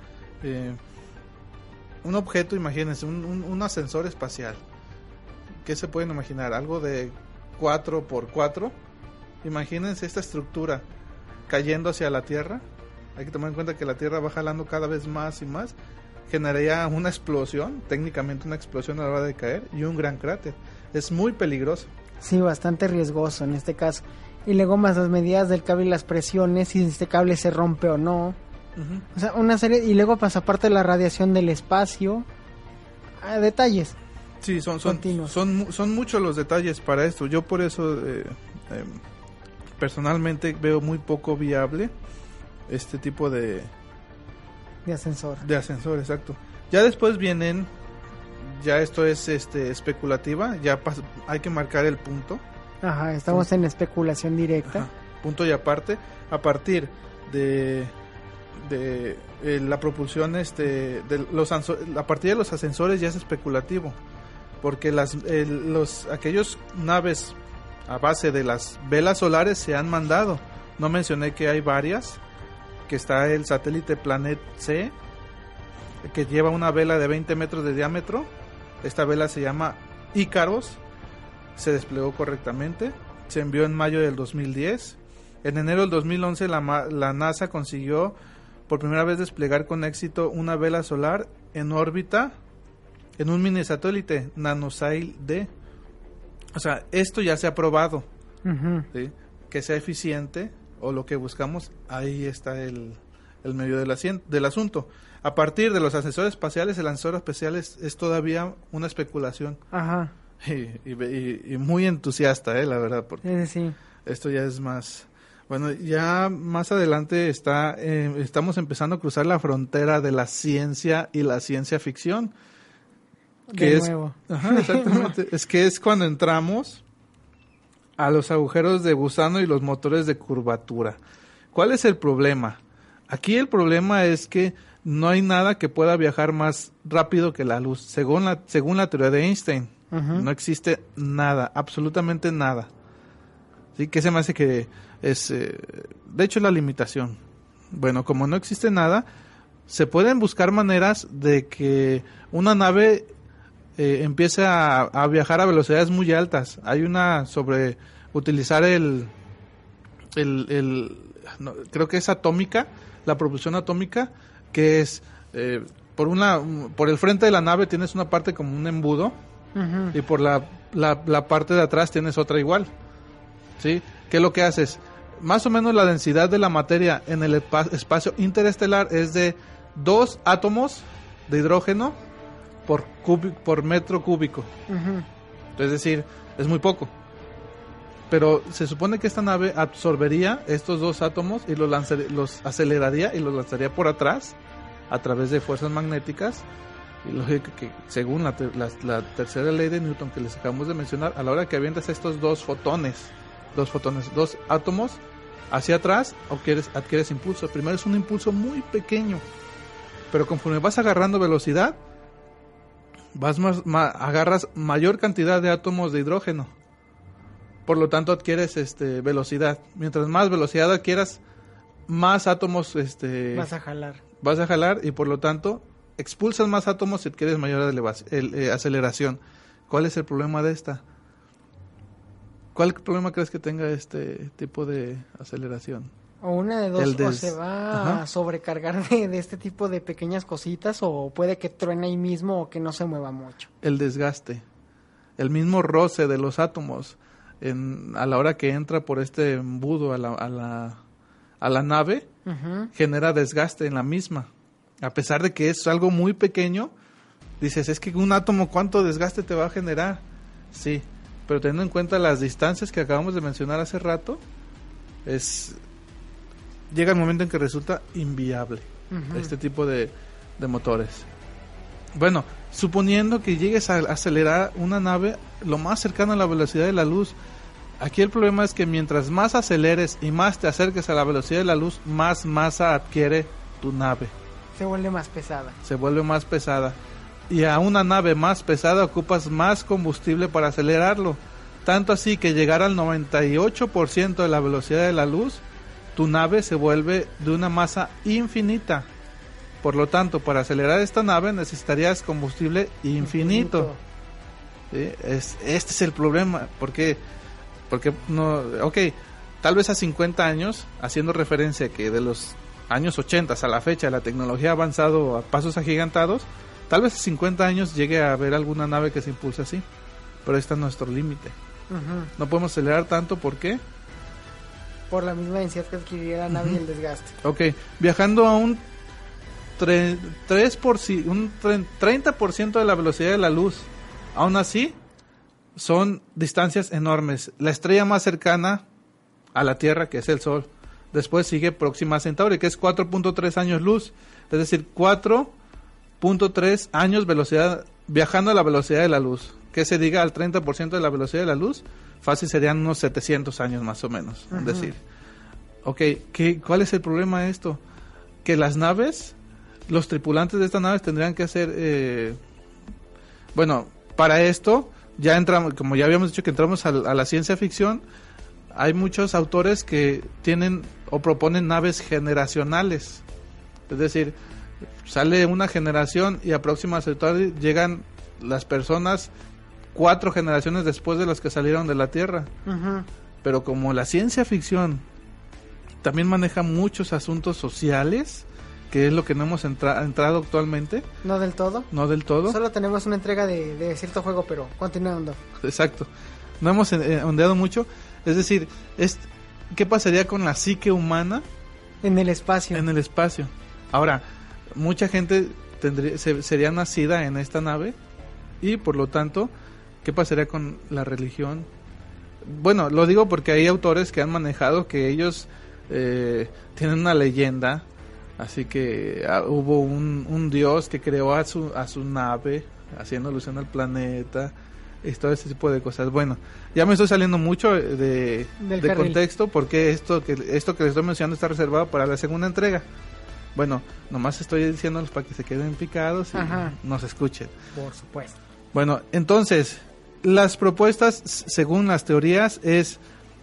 un objeto, imagínense, un ascensor espacial. ¿Qué se pueden imaginar? Algo de 4x4. Imagínense esta estructura cayendo hacia la Tierra. Hay que tomar en cuenta que la Tierra va jalando cada vez más y más. Generaría una explosión, técnicamente una explosión a la hora de caer, y un gran cráter. Es muy peligroso. Sí, bastante riesgoso en este caso. Y luego más las medidas del cable y las presiones, si este cable se rompe o no. Ujú. O sea, una serie... Y luego pasa aparte la radiación del espacio. Detalles. Sí, son Continuos. muchos los detalles para esto. Yo por eso personalmente veo muy poco viable este tipo de ascensor. ascensor, exacto. Ya después vienen, ya esto es especulativa, ya hay que marcar el punto. Ajá, estamos en especulación directa. Ajá. Punto y aparte, a partir de la propulsión a partir de los ascensores ya es especulativo, porque aquellos naves a base de las velas solares se han mandado. No mencioné que hay varias, que está el satélite Planet C, que lleva una vela de 20 metros de diámetro. Esta vela se llama Ícaros, se desplegó correctamente, se envió en mayo del 2010. En enero del 2011 la NASA consiguió por primera vez desplegar con éxito una vela solar en órbita en un mini satélite Nanosatellite D. O sea, esto ya se ha probado. Ujú. ¿Sí? Que sea eficiente, o lo que buscamos, ahí está el medio del asunto. A partir de los ascensores espaciales, el ascensor espacial es todavía una especulación. Ajá. Y muy entusiasta, la verdad, porque Sí. esto ya es más... Bueno, ya más adelante estamos empezando a cruzar la frontera de la ciencia y la ciencia ficción. De nuevo. Ajá, exactamente. es cuando entramos a los agujeros de gusano y los motores de curvatura. ¿Cuál es el problema? Aquí el problema es que no hay nada que pueda viajar más rápido que la luz, según la teoría de Einstein. Ujú. No existe nada, absolutamente nada. ¿Sí? ¿Qué se me hace que es, de hecho, la limitación? Bueno, como no existe nada, se pueden buscar maneras de que una nave empiece a viajar a velocidades muy altas. Hay una sobre utilizar creo que es atómica, la propulsión atómica, que es por el frente de la nave tienes una parte como un embudo, Ujú. y por la parte de atrás tienes otra igual. ¿Sí? ¿Qué es lo que haces? Más o menos la densidad de la materia en el espacio interestelar es de 2 átomos de hidrógeno por metro cúbico. Ujú. Es decir, es muy poco. Pero se supone que esta nave absorbería estos 2 átomos y los aceleraría y los lanzaría por atrás a través de fuerzas magnéticas. Y lógico que según la tercera ley de Newton que les acabamos de mencionar, a la hora que avientas estos dos átomos hacia atrás, adquieres impulso. Primero es un impulso muy pequeño, pero conforme vas agarrando velocidad, agarras mayor cantidad de átomos de hidrógeno. Por lo tanto adquieres velocidad. Mientras más velocidad adquieras, más átomos vas a jalar y por lo tanto expulsas más átomos y adquieres mayor aceleración. ¿Cuál es el problema de esta? ¿Cuál problema crees que tenga este tipo de aceleración? O una de dos, o se va Ajá. a sobrecargar de este tipo de pequeñas cositas, o puede que truene ahí mismo o que no se mueva mucho. El desgaste, el mismo roce de los átomos a la hora que entra por este embudo a la nave, Ujú. genera desgaste en la misma. A pesar de que es algo muy pequeño, dices, es que un átomo, ¿cuánto desgaste te va a generar? Sí, pero teniendo en cuenta las distancias que acabamos de mencionar hace rato, llega el momento en que resulta inviable Ujú. este tipo de motores. Bueno, suponiendo que llegues a acelerar una nave lo más cercano a la velocidad de la luz, aquí el problema es que mientras más aceleres y más te acerques a la velocidad de la luz, más masa adquiere tu nave. Se vuelve más pesada. Se vuelve más pesada. Y a una nave más pesada ocupas más combustible para acelerarlo. Tanto así que llegar al 98% de la velocidad de la luz, tu nave se vuelve de una masa infinita. Por lo tanto, para acelerar esta nave necesitarías combustible infinito. ¿Sí? Este es el problema. Porque no, tal vez a 50 años, haciendo referencia que de los años 80 a la fecha la tecnología ha avanzado a pasos agigantados, tal vez a 50 años llegue a haber alguna nave que se impulse así, pero ahí está nuestro límite. Ujú. No podemos acelerar tanto, ¿por qué? Por la misma densidad que adquiriría la nave y el desgaste. Viajando a un 30% de la velocidad de la luz, aún así son distancias enormes. La estrella más cercana a la Tierra, que es el Sol, después sigue Próxima Centauri, que es 4.3 años luz, es decir, 4.3 años viajando a la velocidad de la luz. que se diga al 30% de la velocidad de la luz, fácil serían unos 700 años más o menos. Es decir, ¿cuál es el problema de esto? Que las naves, los tripulantes de estas naves tendrían que hacer... para esto, ya entramos, como ya habíamos dicho que entramos a la ciencia ficción, hay muchos autores que tienen o proponen naves generacionales. Es decir, sale una generación y a próxima Centauri llegan las personas 4 generaciones después de las que salieron de la Tierra. Pero como la ciencia ficción también maneja muchos asuntos sociales, que es lo que no hemos entrado actualmente. No del todo. No del todo. Solo tenemos una entrega de cierto juego, pero continuando. Exacto. No hemos ondeado mucho. Es decir, ¿qué pasaría con la psique humana? En el espacio. En el espacio. Ahora, mucha gente sería nacida en esta nave y por lo tanto, ¿qué pasaría con la religión? Bueno, lo digo porque hay autores que han manejado que ellos tienen una leyenda, así que hubo un dios que creó a su nave, haciendo alusión al planeta, y todo ese tipo de cosas. Bueno, ya me estoy saliendo mucho de contexto, porque esto que les estoy mencionando está reservado para la segunda entrega. Bueno, nomás estoy diciéndolos para que se queden picados y nos escuchen. Por supuesto. Bueno, entonces, las propuestas, según las teorías, es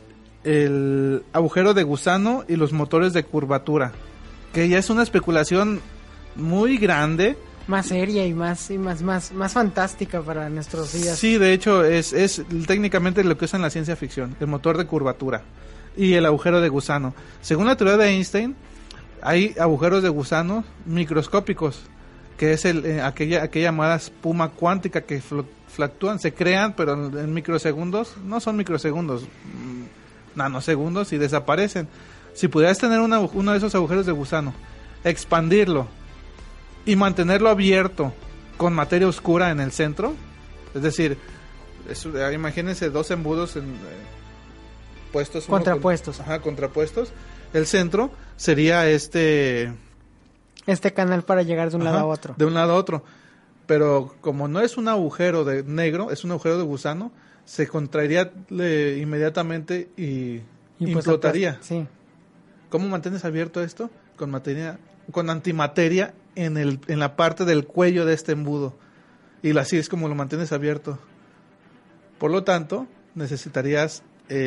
el agujero de gusano y los motores de curvatura, que ya es una especulación muy grande. Más seria y más fantástica para nuestros días. Sí, de hecho, es técnicamente lo que usa en la ciencia ficción, el motor de curvatura y el agujero de gusano. Según la teoría de Einstein, hay agujeros de gusano microscópicos, que es aquella llamada espuma cuántica que fluctúan, se crean, pero en microsegundos, no son microsegundos, nanosegundos, y desaparecen. Si pudieras tener uno de esos agujeros de gusano, expandirlo y mantenerlo abierto con materia oscura en el centro, es decir, imagínense 2 embudos puestos contrapuestos. Contrapuestos. El centro sería este canal para llegar de un lado a otro. De un lado a otro. Pero como no es un agujero de negro, es un agujero de gusano, se contraería inmediatamente y implotaría. Sí. ¿Cómo mantienes abierto esto? Con antimateria en la parte del cuello de este embudo. Y así es como lo mantienes abierto. Por lo tanto, necesitarías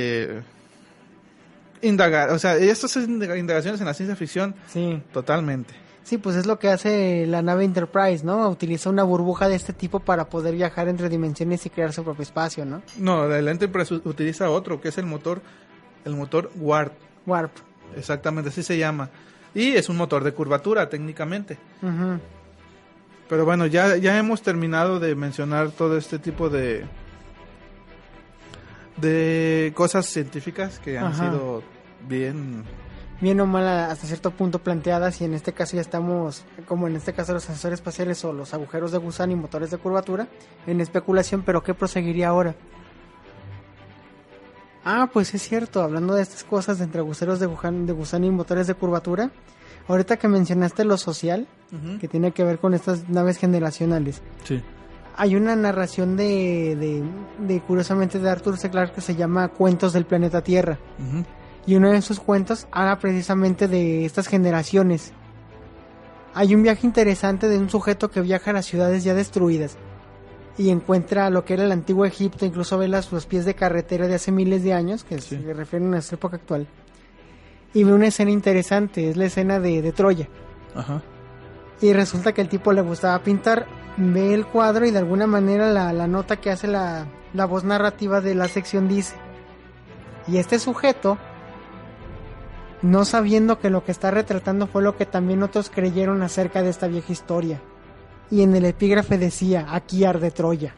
indagar. O sea, estas son indagaciones en la ciencia ficción. Sí. Totalmente. Sí, pues es lo que hace la nave Enterprise, ¿no? Utiliza una burbuja de este tipo para poder viajar entre dimensiones y crear su propio espacio, ¿no? No, la Enterprise utiliza otro, que es el motor Warp. Warp. Exactamente, así se llama. Y es un motor de curvatura, técnicamente. Pero bueno, ya hemos terminado de mencionar todo este tipo de cosas científicas que han sido bien o mal hasta cierto punto planteadas, y en este caso ya estamos, como en este caso los sensores espaciales o los agujeros de gusano y motores de curvatura, en especulación. Pero ¿qué proseguiría ahora? Pues es cierto, hablando de estas cosas entre agujeros de gusano y motores de curvatura, ahorita que mencionaste lo social, que tiene que ver con estas naves generacionales, sí, hay una narración de curiosamente de Arthur C. Clarke que se llama Cuentos del planeta Tierra. Y uno de esos cuentos habla precisamente de estas generaciones. Hay un viaje interesante de un sujeto que viaja a las ciudades ya destruidas y encuentra lo que era el antiguo Egipto, incluso ve los pies de carretera de hace miles de años, que se refieren a nuestra época actual, y ve una escena interesante, es la escena de Troya. Y resulta que el tipo le gustaba pintar, ve el cuadro y de alguna manera la nota que hace la voz narrativa de la sección dice: y este sujeto, no sabiendo que lo que está retratando fue lo que también otros creyeron acerca de esta vieja historia. Y en el epígrafe decía: aquí arde Troya.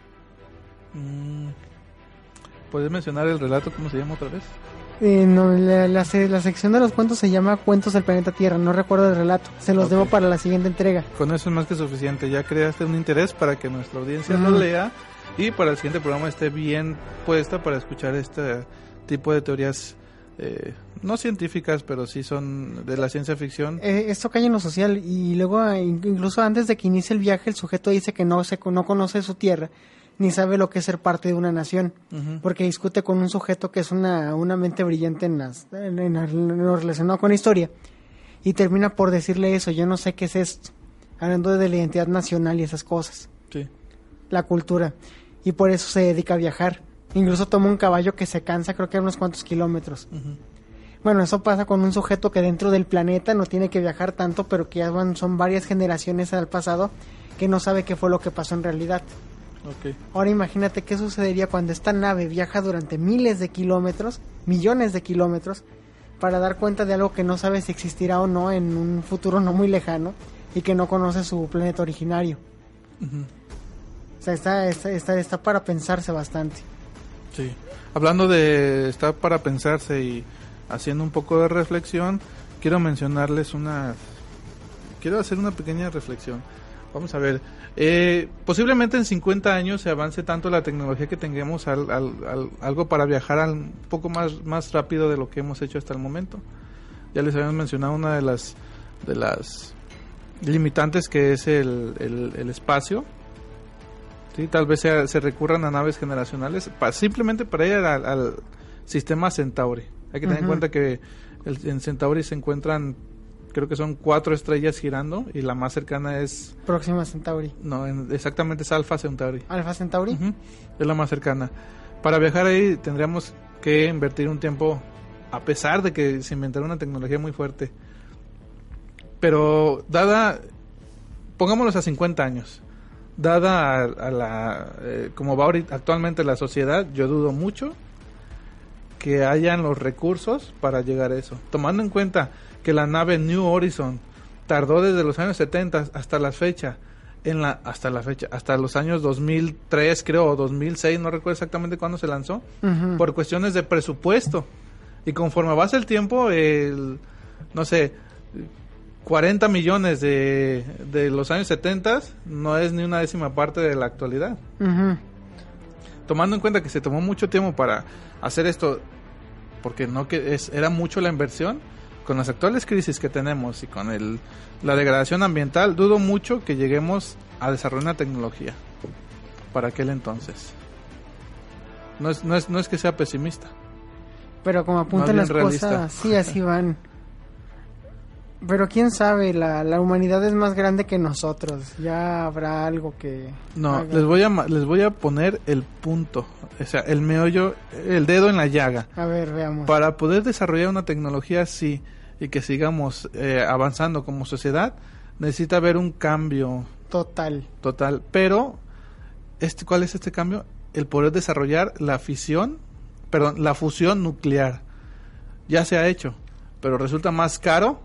¿Puedes mencionar el relato? ¿Cómo se llama otra vez? No, la sección de los cuentos se llama Cuentos del planeta Tierra. No recuerdo el relato. Se los debo para la siguiente entrega. Con eso es más que suficiente. Ya creaste un interés para que nuestra audiencia lo lea y para el siguiente programa esté bien puesta para escuchar este tipo de teorías no científicas, pero sí son de la ciencia ficción. Esto cae en lo social, y luego incluso antes de que inicie el viaje el sujeto dice que no conoce su tierra ni sabe lo que es ser parte de una nación, porque discute con un sujeto que es una mente brillante en lo relacionado con la historia, y termina por decirle eso: yo no sé qué es esto, hablando de la identidad nacional y esas cosas, Sí. la cultura, y por eso se dedica a viajar. Incluso toma un caballo que se cansa, creo que a unos cuantos kilómetros. Bueno, eso pasa con un sujeto que dentro del planeta no tiene que viajar tanto, pero que ya son varias generaciones al pasado, que no sabe qué fue lo que pasó en realidad. Ok. Ahora imagínate qué sucedería cuando esta nave viaja durante miles de kilómetros, millones de kilómetros, para dar cuenta de algo que no sabe si existirá o no en un futuro no muy lejano, y que no conoce su planeta originario. O sea, está para pensarse bastante. Sí. Hablando de estar para pensarse y haciendo un poco de reflexión, quiero hacer una pequeña reflexión. Vamos a ver, posiblemente en 50 años se avance tanto la tecnología que tengamos algo para viajar un poco más rápido de lo que hemos hecho hasta el momento. Ya les habíamos mencionado una de las limitantes, que es el espacio. Sí, tal vez se recurran a naves generacionales simplemente para ir al sistema Centauri. Hay que tener en cuenta que en Centauri se encuentran, creo que son 4 estrellas girando, y la más cercana es... Próxima Centauri. No, exactamente es Alpha Centauri. ¿Alpha Centauri? Es la más cercana. Para viajar ahí tendríamos que invertir un tiempo, a pesar de que se inventara una tecnología muy fuerte. Pero pongámoslos a 50 años. Dada como va actualmente la sociedad, yo dudo mucho que hayan los recursos para llegar a eso. Tomando en cuenta que la nave New Horizon tardó desde los años 70 hasta la fecha, hasta los años 2003 creo, o 2006, no recuerdo exactamente cuándo se lanzó, por cuestiones de presupuesto. Y conforme avance el tiempo, 40 millones de los años 70 no es ni una décima parte de la actualidad. Tomando en cuenta que se tomó mucho tiempo para hacer esto, porque era mucho la inversión, con las actuales crisis que tenemos y con la degradación ambiental, dudo mucho que lleguemos a desarrollar una tecnología para aquel entonces. No es que sea pesimista, pero como apuntan las cosas, sí, así van. Pero quién sabe, la humanidad es más grande que nosotros. Ya habrá algo que... No, les voy a poner el punto, o sea, el meollo, el dedo en la llaga. A ver, veamos. Para poder desarrollar una tecnología así y que sigamos avanzando como sociedad, necesita haber un cambio total. Pero ¿cuál es este cambio? El poder desarrollar la fusión nuclear. Ya se ha hecho, pero resulta más caro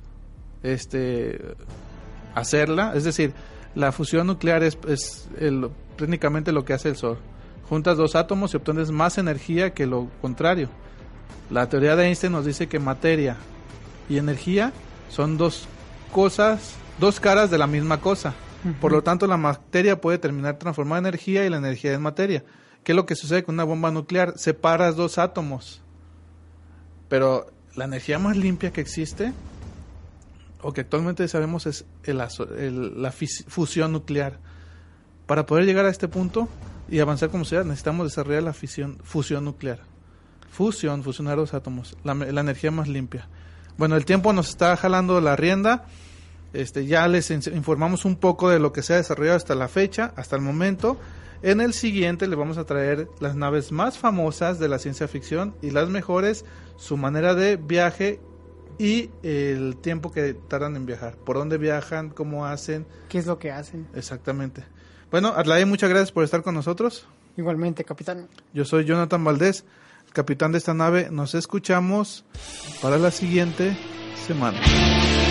hacerla. Es decir, la fusión nuclear es técnicamente lo que hace el Sol. Juntas 2 átomos y obtienes más energía que lo contrario. La teoría de Einstein nos dice que materia y energía son dos caras de la misma cosa. Por lo tanto, la materia puede terminar transformada en energía y la energía en materia. ¿Qué es lo que sucede con una bomba nuclear? Separas 2 átomos. Pero la energía más limpia que existe, o que actualmente sabemos, es la fusión nuclear. Para poder llegar a este punto y avanzar como sociedad, necesitamos desarrollar la fusión nuclear. Fusionar 2 átomos, la energía más limpia. Bueno, el tiempo nos está jalando la rienda. Ya les informamos un poco de lo que se ha desarrollado hasta la fecha, hasta el momento. En el siguiente les vamos a traer las naves más famosas de la ciencia ficción y las mejores, su manera de viaje y el tiempo que tardan en viajar, por dónde viajan, cómo hacen, qué es lo que hacen. Exactamente. Bueno, Adlai, muchas gracias por estar con nosotros. Igualmente, capitán. Yo soy Jonathan Valdés, el capitán de esta nave. Nos escuchamos para la siguiente semana.